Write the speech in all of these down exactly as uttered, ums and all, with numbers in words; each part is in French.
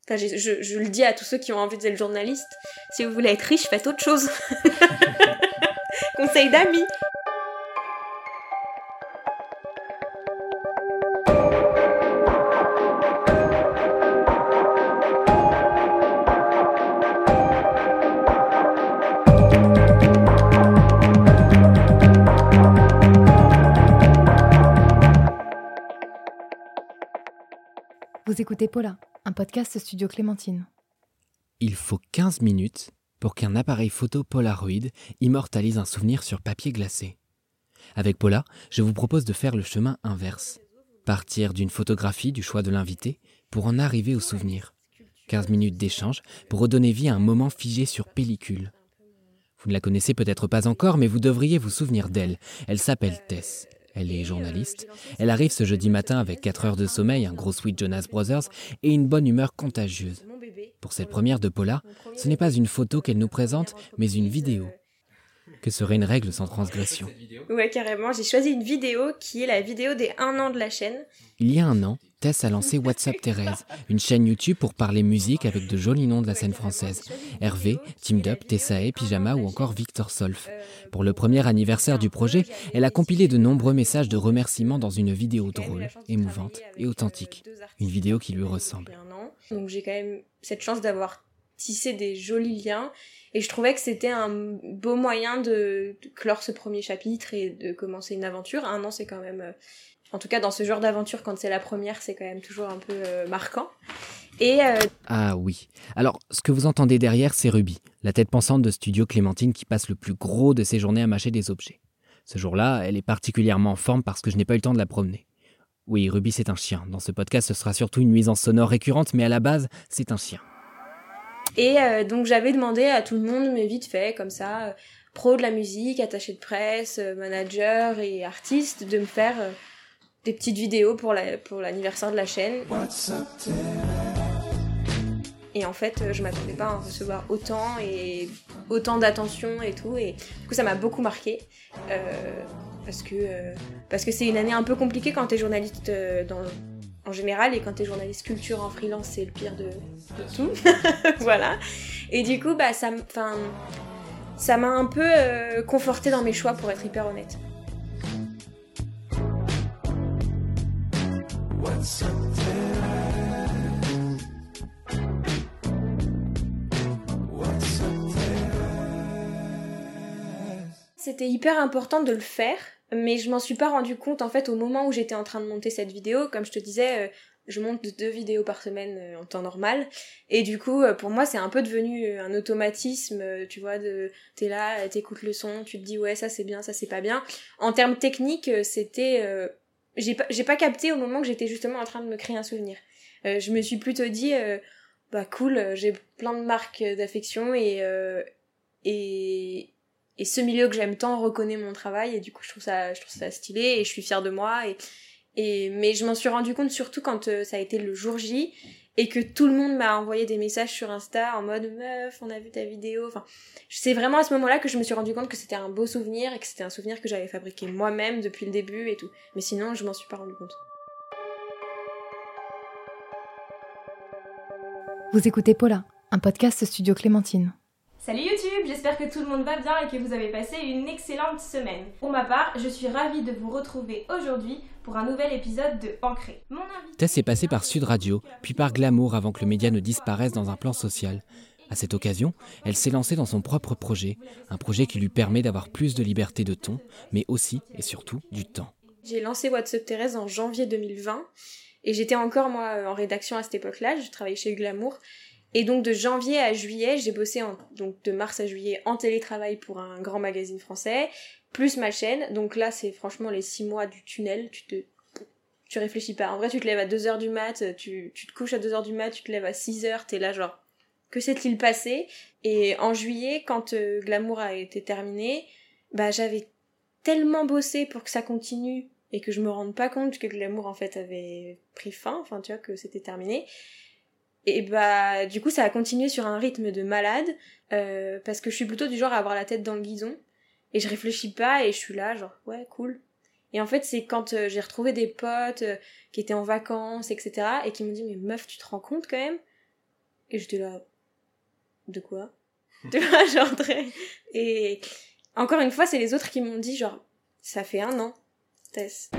Enfin, je, je, je le dis à tous ceux qui ont envie d'être journaliste, si vous voulez être riche, faites autre chose. Conseil d'amis. Vous écoutez Paula, un podcast Studio Clémentine. Il faut quinze minutes pour qu'un appareil photo Polaroid immortalise un souvenir sur papier glacé. Avec Paula, je vous propose de faire le chemin inverse. Partir d'une photographie du choix de l'invité pour en arriver au souvenir. quinze minutes d'échange pour redonner vie à un moment figé sur pellicule. Vous ne la connaissez peut-être pas encore, mais vous devriez vous souvenir d'elle. Elle s'appelle Tess. Elle est journaliste. Elle arrive ce jeudi matin avec quatre heures de sommeil, un gros sweat Jonas Brothers et une bonne humeur contagieuse. Pour cette première de Paula, ce n'est pas une photo qu'elle nous présente, mais une vidéo. Que serait une règle sans transgression ? Ouais, carrément. J'ai choisi une vidéo qui est la vidéo des un an de la chaîne. Il y a un an, Tess a lancé WhatsApp Thérèse, une chaîne YouTube pour parler musique avec de jolis noms de la scène française. Hervé, Teamed Up, Tessae, Pyjama ou encore Victor Solf. Pour le premier anniversaire du projet, elle a compilé de nombreux messages de remerciements dans une vidéo drôle, émouvante et authentique. Une vidéo qui lui ressemble. Donc j'ai quand même cette chance d'avoir tissé des jolis liens et je trouvais que c'était un beau moyen de, de clore ce premier chapitre et de commencer une aventure. Un an, c'est quand même... Euh, en tout cas, dans ce genre d'aventure, quand c'est la première, c'est quand même toujours un peu euh, marquant. Et euh... Ah oui. Alors, ce que vous entendez derrière, c'est Ruby, la tête pensante de Studio Clémentine qui passe le plus gros de ses journées à mâcher des objets. Ce jour-là, elle est particulièrement en forme parce que je n'ai pas eu le temps de la promener. Oui, Ruby, c'est un chien. Dans ce podcast, ce sera surtout une nuisance sonore récurrente, mais à la base, c'est un chien. Et euh, donc, j'avais demandé à tout le monde, mais vite fait, comme ça, euh, pro de la musique, attaché de presse, euh, manager et artiste, de me faire... Euh, des petites vidéos pour, la, pour l'anniversaire de la chaîne. Et en fait, je m'attendais pas à en recevoir autant et autant d'attention et tout. Et du coup, ça m'a beaucoup marqué. Euh, parce que, euh, parce que c'est une année un peu compliquée quand t'es journaliste euh, dans, en général. Et quand t'es journaliste culture en freelance, c'est le pire de, de tout. Voilà. Et du coup, bah, ça, ça m'a un peu euh, confortée dans mes choix, pour être hyper honnête. C'était hyper important de le faire, mais je m'en suis pas rendu compte en fait au moment où j'étais en train de monter cette vidéo. Comme je te disais, euh, je monte deux vidéos par semaine euh, en temps normal, et du coup euh, pour moi c'est un peu devenu un automatisme, euh, tu vois, de t'es là, t'écoutes le son, tu te dis ouais ça c'est bien, ça c'est pas bien. En termes techniques, euh, c'était... Euh, J'ai pas, j'ai pas capté au moment que j'étais justement en train de me créer un souvenir. Euh, je me suis plutôt dit, euh, bah cool, j'ai plein de marques d'affection et, euh, et, et ce milieu que j'aime tant reconnaît mon travail et du coup je trouve ça, je trouve ça stylé et je suis fière de moi. Et, et, mais je m'en suis rendu compte surtout quand euh, ça a été le jour J et que tout le monde m'a envoyé des messages sur Insta en mode meuf, on a vu ta vidéo. Enfin, c'est vraiment à ce moment-là que je me suis rendu compte que c'était un beau souvenir et que c'était un souvenir que j'avais fabriqué moi-même depuis le début et tout. Mais sinon, je m'en suis pas rendu compte. Vous écoutez Paula, un podcast Studio Clémentine. Salut YouTube, j'espère que tout le monde va bien et que vous avez passé une excellente semaine. Pour ma part, je suis ravie de vous retrouver aujourd'hui pour un nouvel épisode de Ancré. Mon invité... Tess est passée par Sud Radio, puis par Glamour avant que le média ne disparaisse dans un plan social. À cette occasion, elle s'est lancée dans son propre projet, un projet qui lui permet d'avoir plus de liberté de ton, mais aussi et surtout du temps. J'ai lancé WhatsApp Thérèse en janvier deux mille vingt et j'étais encore moi en rédaction à cette époque-là, je travaillais chez Glamour. Et donc de janvier à juillet, j'ai bossé en, donc de mars à juillet en télétravail pour un grand magazine français, plus ma chaîne. Donc là, c'est franchement les six mois du tunnel. Tu te, tu réfléchis pas. En vrai, tu te lèves à deux heures du mat, tu, tu te couches à deux heures du mat, tu te lèves à six heures, t'es là genre, que s'est-il passé ? Et en juillet, quand euh, Glamour a été terminé, bah j'avais tellement bossé pour que ça continue et que je me rende pas compte que Glamour en fait avait pris fin, enfin tu vois, que c'était terminé. Et bah du coup ça a continué sur un rythme de malade euh, parce que je suis plutôt du genre à avoir la tête dans le guidon et je réfléchis pas et je suis là genre ouais cool. Et en fait c'est quand euh, j'ai retrouvé des potes euh, qui étaient en vacances etc et qui m'ont dit mais meuf tu te rends compte quand même Et j'étais là, de quoi? Tu vois, genre très... Et encore une fois, c'est les autres qui m'ont dit, genre, ça fait un an, Tess.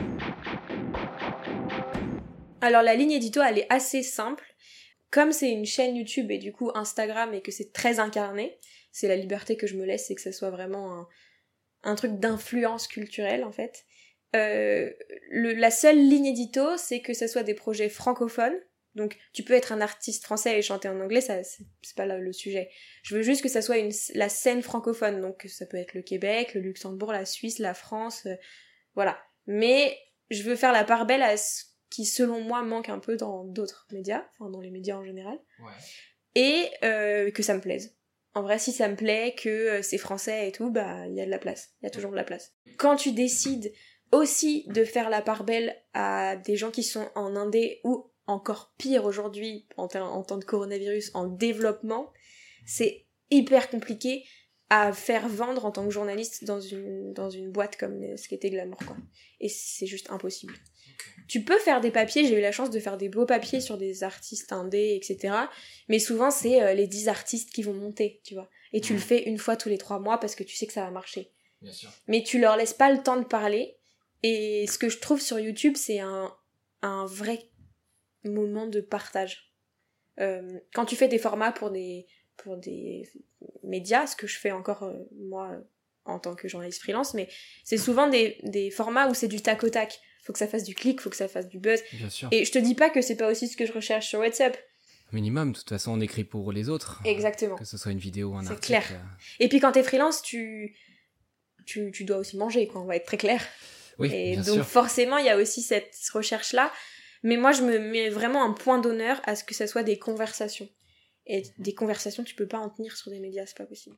Alors la ligne édito, elle est assez simple. Comme c'est une chaîne YouTube et du coup Instagram et que c'est très incarné, c'est la liberté que je me laisse, c'est que ça soit vraiment un, un truc d'influence culturelle en fait. Euh, le, la seule ligne édito, c'est que ça soit des projets francophones. Donc tu peux être un artiste français et chanter en anglais, ça c'est, c'est pas là le sujet. Je veux juste que ça soit une, la scène francophone, donc ça peut être le Québec, le Luxembourg, la Suisse, la France, euh, voilà. Mais je veux faire la part belle à ce qui selon moi manque un peu dans d'autres médias, enfin dans les médias en général, ouais. Et euh, que ça me plaise. En vrai, si ça me plaît, que c'est français et tout, bah il y a de la place, il y a toujours de la place. Quand tu décides aussi de faire la part belle à des gens qui sont en indé ou encore pire aujourd'hui en, ter- en temps de coronavirus, en développement, c'est hyper compliqué à faire vendre en tant que journaliste dans une, dans une boîte comme ce qu'était Glamour, quoi. Et c'est juste impossible. Okay. Tu peux faire des papiers, j'ai eu la chance de faire des beaux papiers sur des artistes indés, et cetera. Mais souvent, c'est euh, les dix artistes qui vont monter, tu vois. Et tu mmh. le fais une fois tous les trois mois parce que tu sais que ça va marcher. Bien sûr. Mais tu leur laisses pas le temps de parler. Et ce que je trouve sur YouTube, c'est un, un vrai moment de partage. Euh, quand tu fais des formats pour des, pour des médias, ce que je fais encore, euh, moi, en tant que journaliste freelance, mais c'est souvent des, des formats où c'est du tac au tac. Faut que ça fasse du clic, faut que ça fasse du buzz. Bien sûr. Et je te dis pas que c'est pas aussi ce que je recherche sur WhatsApp. Minimum, de toute façon, on écrit pour les autres. Exactement. Que ce soit une vidéo ou un c'est article. C'est clair. Et puis quand t'es freelance, tu, tu, tu dois aussi manger, quoi. On va être très clair. Oui, et bien donc sûr. Forcément, il y a aussi cette recherche-là. Mais moi, je me mets vraiment un point d'honneur à ce que ça soit des conversations. Et des conversations, tu peux pas en tenir sur des médias, c'est pas possible.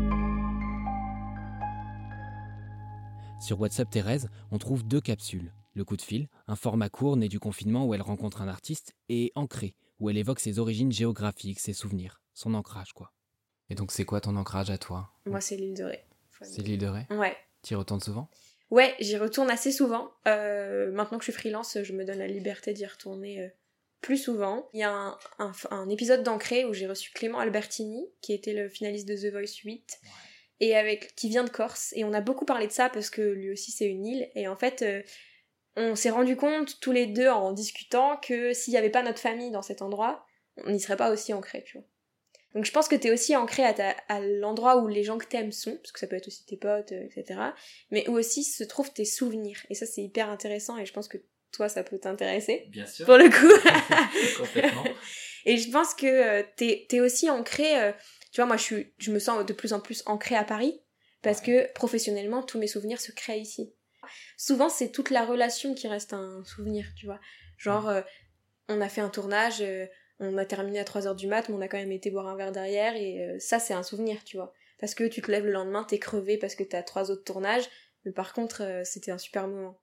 Sur WhatsApp Thérèse, on trouve deux capsules. Le coup de fil, un format court né du confinement où elle rencontre un artiste, et Ancré, où elle évoque ses origines géographiques, ses souvenirs, son ancrage, quoi. Et donc, c'est quoi ton ancrage à toi ? Moi, c'est l'île de Ré. C'est l'île de Ré ? Ouais. Tu y retournes souvent ? Ouais, j'y retourne assez souvent. Euh, maintenant que je suis freelance, je me donne la liberté d'y retourner euh, plus souvent. Il y a un, un, un épisode d'Ancré où j'ai reçu Clément Albertini, qui était le finaliste de The Voice huit, ouais. et avec, qui vient de Corse. Et on a beaucoup parlé de ça parce que lui aussi, c'est une île. Et en fait, euh, on s'est rendu compte, tous les deux, en discutant, que s'il n'y avait pas notre famille dans cet endroit, on n'y serait pas aussi ancré, tu vois. Donc je pense que t'es aussi ancré à, ta, à l'endroit où les gens que t'aimes sont, parce que ça peut être aussi tes potes, euh, et cetera. Mais où aussi se trouvent tes souvenirs. Et ça, c'est hyper intéressant et je pense que toi, ça peut t'intéresser. Bien sûr. Pour le coup. Complètement. Et je pense que euh, t'es, t'es aussi ancré... Euh, tu vois, moi, je, suis, je me sens de plus en plus ancrée à Paris, parce ouais. que professionnellement, tous mes souvenirs se créent ici. Souvent, c'est toute la relation qui reste un souvenir, tu vois. Genre, ouais. euh, on a fait un tournage... Euh, on a terminé à trois heures du mat, mais on a quand même été boire un verre derrière, et euh, ça, c'est un souvenir, tu vois. Parce que tu te lèves le lendemain, t'es crevé parce que t'as trois autres tournages, mais par contre, euh, c'était un super moment.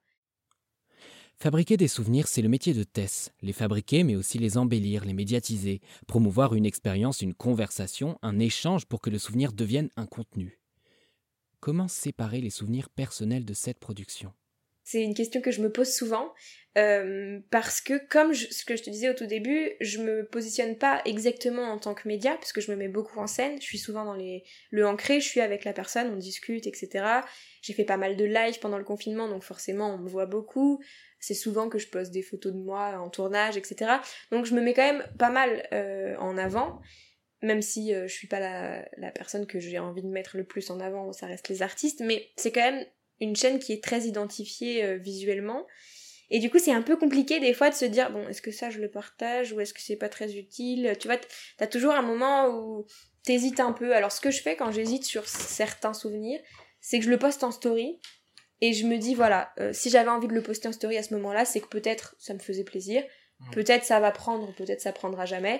Fabriquer des souvenirs, c'est le métier de Tess. Les fabriquer, mais aussi les embellir, les médiatiser, promouvoir une expérience, une conversation, un échange pour que le souvenir devienne un contenu. Comment séparer les souvenirs personnels de cette production ? C'est une question que je me pose souvent, euh, parce que comme je, ce que je te disais au tout début, je me positionne pas exactement en tant que média, parce que je me mets beaucoup en scène, je suis souvent dans les, le ancré, je suis avec la personne, on discute, et cetera. J'ai fait pas mal de live pendant le confinement, donc forcément on me voit beaucoup, c'est souvent que je poste des photos de moi en tournage, et cetera. Donc je me mets quand même pas mal euh, en avant, même si euh, je suis pas la, la personne que j'ai envie de mettre le plus en avant, ça reste les artistes, mais c'est quand même une chaîne qui est très identifiée euh, visuellement, et du coup c'est un peu compliqué des fois de se dire bon, est-ce que ça je le partage ou est-ce que c'est pas très utile, tu vois, t'as toujours un moment où t'hésites un peu. Alors ce que je fais quand j'hésite sur certains souvenirs, c'est que je le poste en story et je me dis voilà, euh, si j'avais envie de le poster en story à ce moment-là, c'est que peut-être ça me faisait plaisir, mmh. peut-être ça va prendre, peut-être ça prendra jamais,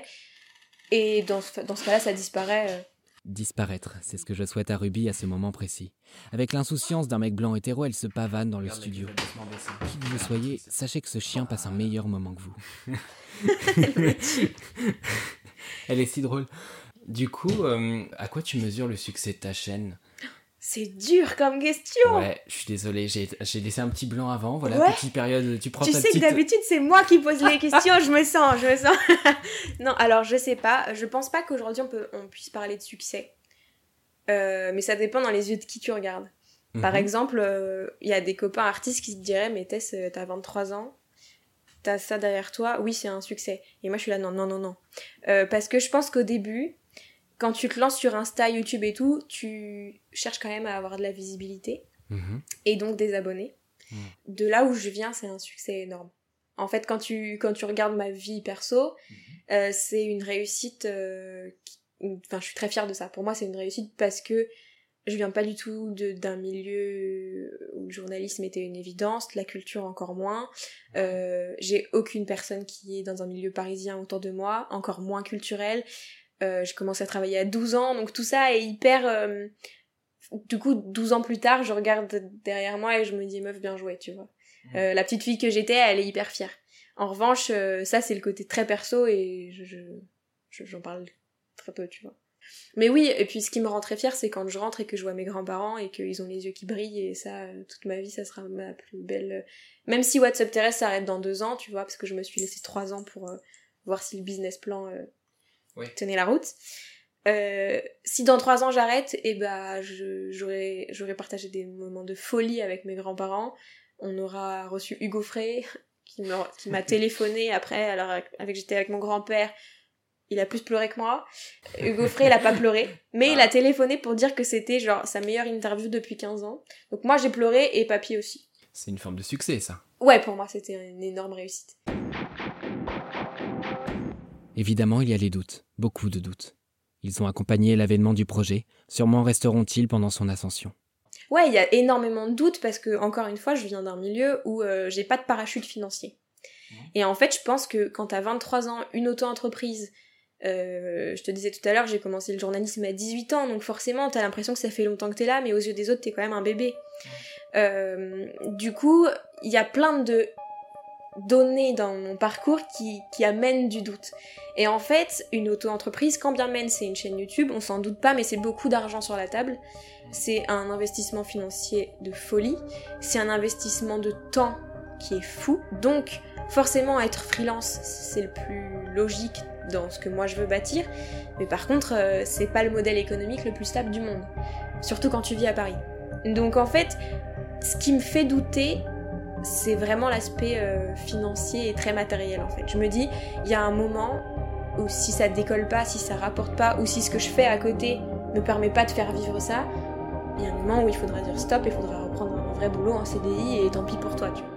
et dans ce, dans ce cas-là ça disparaît. euh, Disparaître, c'est ce que je souhaite à Ruby à ce moment précis. Avec l'insouciance d'un mec blanc hétéro, elle se pavane dans le Regarde studio. Qui que vous soyez, sachez que ce chien passe un meilleur moment que vous. Elle est si drôle. Du coup, euh, à quoi tu mesures le succès de ta chaîne ? C'est dur comme question. Ouais, je suis désolée, j'ai, j'ai laissé un petit blanc avant. Voilà, ouais. petite période. Tu prends tu ta sais petite... que d'habitude, c'est moi qui pose les questions. je me sens, je me sens. Non, alors je sais pas. Je pense pas qu'aujourd'hui, on, peut, on puisse parler de succès. Euh, mais ça dépend dans les yeux de qui tu regardes. Mm-hmm. Par exemple, il euh, y a des copains artistes qui se diraient « Mais Tess, t'as vingt-trois ans, t'as ça derrière toi, oui, c'est un succès. » Et moi, je suis là « Non, non, non, non. Euh, » Parce que je pense qu'au début... Quand tu te lances sur Insta, YouTube et tout, tu cherches quand même à avoir de la visibilité mmh. et donc des abonnés. Mmh. De là où je viens, c'est un succès énorme. En fait, quand tu, quand tu regardes ma vie perso, mmh. euh, c'est une réussite... Euh, qui, enfin, je suis très fière de ça. Pour moi, c'est une réussite parce que je viens pas du tout de, d'un milieu où le journalisme était une évidence, la culture encore moins. Euh, j'ai aucune personne qui est dans un milieu parisien autour de moi, encore moins culturel. Euh, j'ai commencé à travailler à douze ans, donc tout ça est hyper... Euh... Du coup, douze ans plus tard, je regarde derrière moi et je me dis « Meuf, bien joué », tu vois. Mmh. Euh, la petite fille que j'étais, elle est hyper fière. En revanche, euh, ça, c'est le côté très perso et je, je, je, j'en parle très peu, tu vois. Mais oui, et puis ce qui me rend très fière, c'est quand je rentre et que je vois mes grands-parents et qu'ils ont les yeux qui brillent, et ça, toute ma vie, ça sera ma plus belle... Même si WhatsApp Terrestre s'arrête dans deux ans, tu vois, parce que je me suis laissé trois ans pour euh, voir si le business plan... Euh, Oui. Tenez la route. Euh, si dans trois ans j'arrête, et eh bah je, j'aurais, j'aurais partagé des moments de folie avec mes grands-parents. On aura reçu Hugo Frey qui m'a, qui m'a téléphoné après. Alors avec j'étais avec mon grand-père, il a plus pleuré que moi. Hugo Frey, il a pas pleuré, mais ah. il a téléphoné pour dire que c'était genre sa meilleure interview depuis quinze ans. Donc moi j'ai pleuré et papy aussi. C'est une forme de succès, ça. Ouais, pour moi c'était une énorme réussite. Évidemment, il y a les doutes, beaucoup de doutes. Ils ont accompagné l'avènement du projet, sûrement resteront-ils pendant son ascension. Ouais, il y a énormément de doutes parce que, encore une fois, je viens d'un milieu où euh, j'ai pas de parachute financier. Mmh. Et en fait, je pense que quand t'as vingt-trois ans, une auto-entreprise, euh, je te disais tout à l'heure, j'ai commencé le journalisme à dix-huit ans, donc forcément, t'as l'impression que ça fait longtemps que t'es là, mais aux yeux des autres, t'es quand même un bébé. Mmh. Euh, du coup, il y a plein de... données dans mon parcours qui, qui amènent du doute. Et en fait, une auto-entreprise, quand bien même c'est une chaîne YouTube, on s'en doute pas, mais c'est beaucoup d'argent sur la table. C'est un investissement financier de folie. C'est un investissement de temps qui est fou. Donc, forcément, être freelance, c'est le plus logique dans ce que moi je veux bâtir. Mais par contre, euh, c'est pas le modèle économique le plus stable du monde. Surtout quand tu vis à Paris. Donc en fait, ce qui me fait douter, c'est vraiment l'aspect euh, financier et très matériel en fait. Je me dis, il y a un moment où si ça décolle pas, si ça rapporte pas, ou si ce que je fais à côté me permet pas de faire vivre ça, il y a un moment où il faudra dire stop, il faudra reprendre un vrai boulot, un C D I, et tant pis pour toi, tu vois.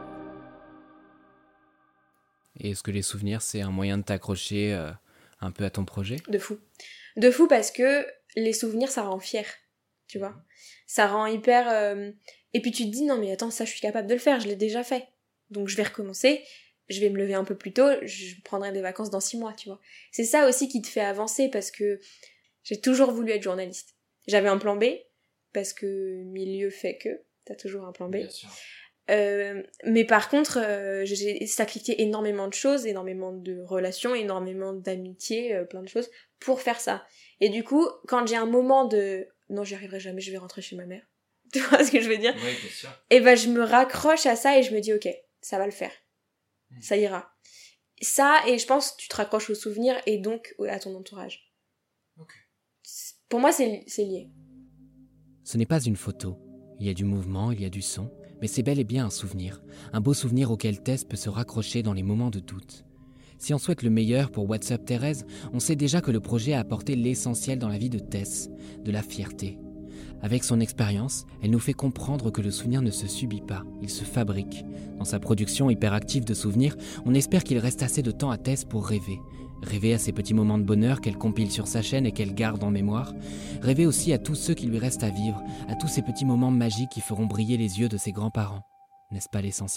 Et est-ce que les souvenirs, c'est un moyen de t'accrocher euh, un peu à ton projet ? De fou. De fou parce que les souvenirs, ça rend fier, tu vois. Ça rend hyper... Euh... Et puis tu te dis, non mais attends, ça je suis capable de le faire, je l'ai déjà fait. Donc je vais recommencer, je vais me lever un peu plus tôt, je prendrai des vacances dans six mois, tu vois. C'est ça aussi qui te fait avancer parce que j'ai toujours voulu être journaliste. J'avais un plan B, parce que milieu fait que, t'as toujours un plan B. Bien sûr. Euh, mais par contre, euh, j'ai sacrifié énormément de choses, énormément de relations, énormément d'amitié, euh, plein de choses, pour faire ça. Et du coup, quand j'ai un moment de... Non, j'y arriverai jamais, je vais rentrer chez ma mère. Tu vois ce que je veux dire ? Oui, bien sûr. Et ben, je me raccroche à ça et je me dis, ok, ça va le faire. Mmh. Ça ira. Ça, et je pense que tu te raccroches aux souvenirs et donc à ton entourage. Ok. Pour moi, c'est, c'est lié. Ce n'est pas une photo. Il y a du mouvement, il y a du son, mais c'est bel et bien un souvenir. Un beau souvenir auquel Tess peut se raccrocher dans les moments de doute. Si on souhaite le meilleur pour WhatsApp Thérèse, on sait déjà que le projet a apporté l'essentiel dans la vie de Tess, de la fierté. Avec son expérience, elle nous fait comprendre que le souvenir ne se subit pas, il se fabrique. Dans sa production hyperactive de souvenirs, on espère qu'il reste assez de temps à Tess pour rêver. Rêver à ces petits moments de bonheur qu'elle compile sur sa chaîne et qu'elle garde en mémoire. Rêver aussi à tous ceux qui lui restent à vivre, à tous ces petits moments magiques qui feront briller les yeux de ses grands-parents. N'est-ce pas l'essentiel ?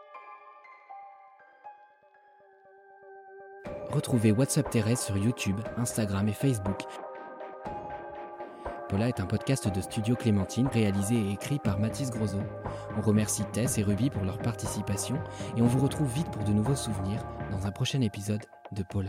Retrouvez WhatsApp Thérèse sur YouTube, Instagram et Facebook. Paula est un podcast de Studio Clémentine réalisé et écrit par Mathis Grosso. On remercie Tess et Ruby pour leur participation et on vous retrouve vite pour de nouveaux souvenirs dans un prochain épisode de Paula.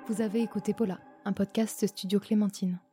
Vous avez écouté Paula, un podcast Studio Clémentine.